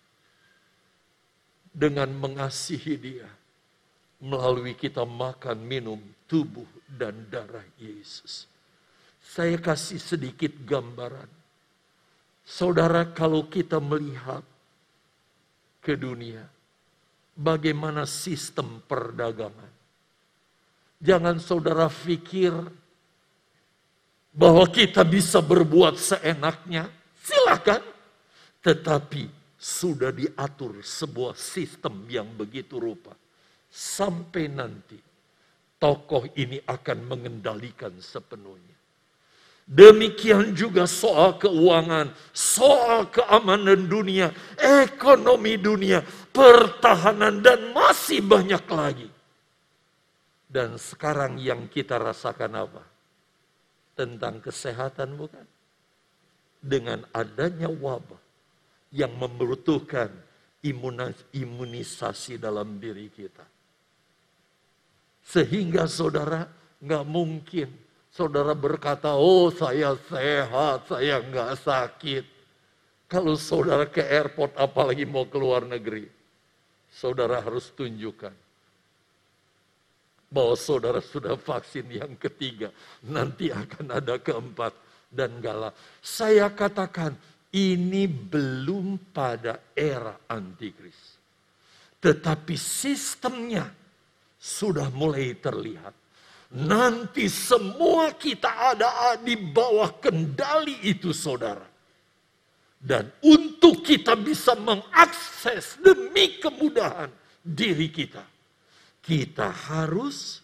dengan mengasihi Dia. Melalui kita makan, minum, tubuh dan darah Yesus. Saya kasih sedikit gambaran. Saudara, kalau kita melihat ke dunia, bagaimana sistem perdagangan. Jangan saudara pikir bahwa kita bisa berbuat seenaknya. Silakan. Tetapi sudah diatur sebuah sistem yang begitu rupa. Sampai nanti tokoh ini akan mengendalikan sepenuhnya. Demikian juga soal keuangan, soal keamanan dunia, ekonomi dunia, pertahanan, dan masih banyak lagi. Dan sekarang yang kita rasakan apa? Tentang kesehatan, bukan? Dengan adanya wabah yang membutuhkan imunisasi dalam diri kita. Sehingga saudara nggak mungkin saudara berkata, oh saya sehat, saya nggak sakit. Kalau saudara ke airport apalagi mau ke luar negeri, saudara harus tunjukkan bahwa saudara sudah vaksin yang ketiga, nanti akan ada keempat dan gala. Saya katakan ini belum pada era antikris. Tetapi sistemnya sudah mulai terlihat. Nanti semua kita ada di bawah kendali itu, saudara. Dan untuk kita bisa mengakses demi kemudahan diri kita, kita harus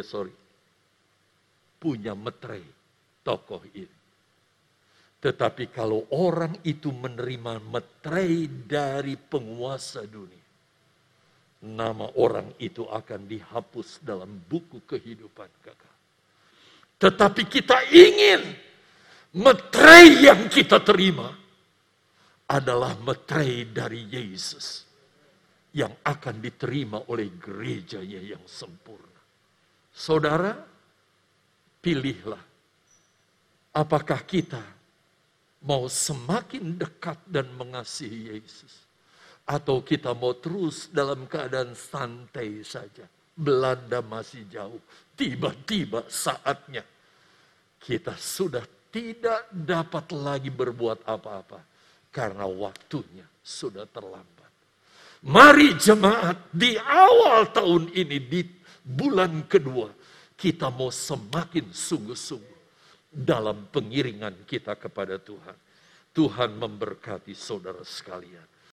punya meterai tokoh ini. Tetapi kalau orang itu menerima meterai dari penguasa dunia, nama orang itu akan dihapus dalam buku kehidupan kekal. Tetapi kita ingin meterai yang kita terima adalah meterai dari Yesus yang akan diterima oleh gerejanya yang sempurna. Saudara, pilihlah apakah kita mau semakin dekat dan mengasihi Yesus, atau kita mau terus dalam keadaan santai saja. Belanda masih jauh. Tiba-tiba saatnya kita sudah tidak dapat lagi berbuat apa-apa karena waktunya sudah terlambat. Mari jemaat, di awal tahun ini, di bulan kedua, kita mau semakin sungguh-sungguh dalam pengiringan kita kepada Tuhan. Tuhan memberkati saudara sekalian.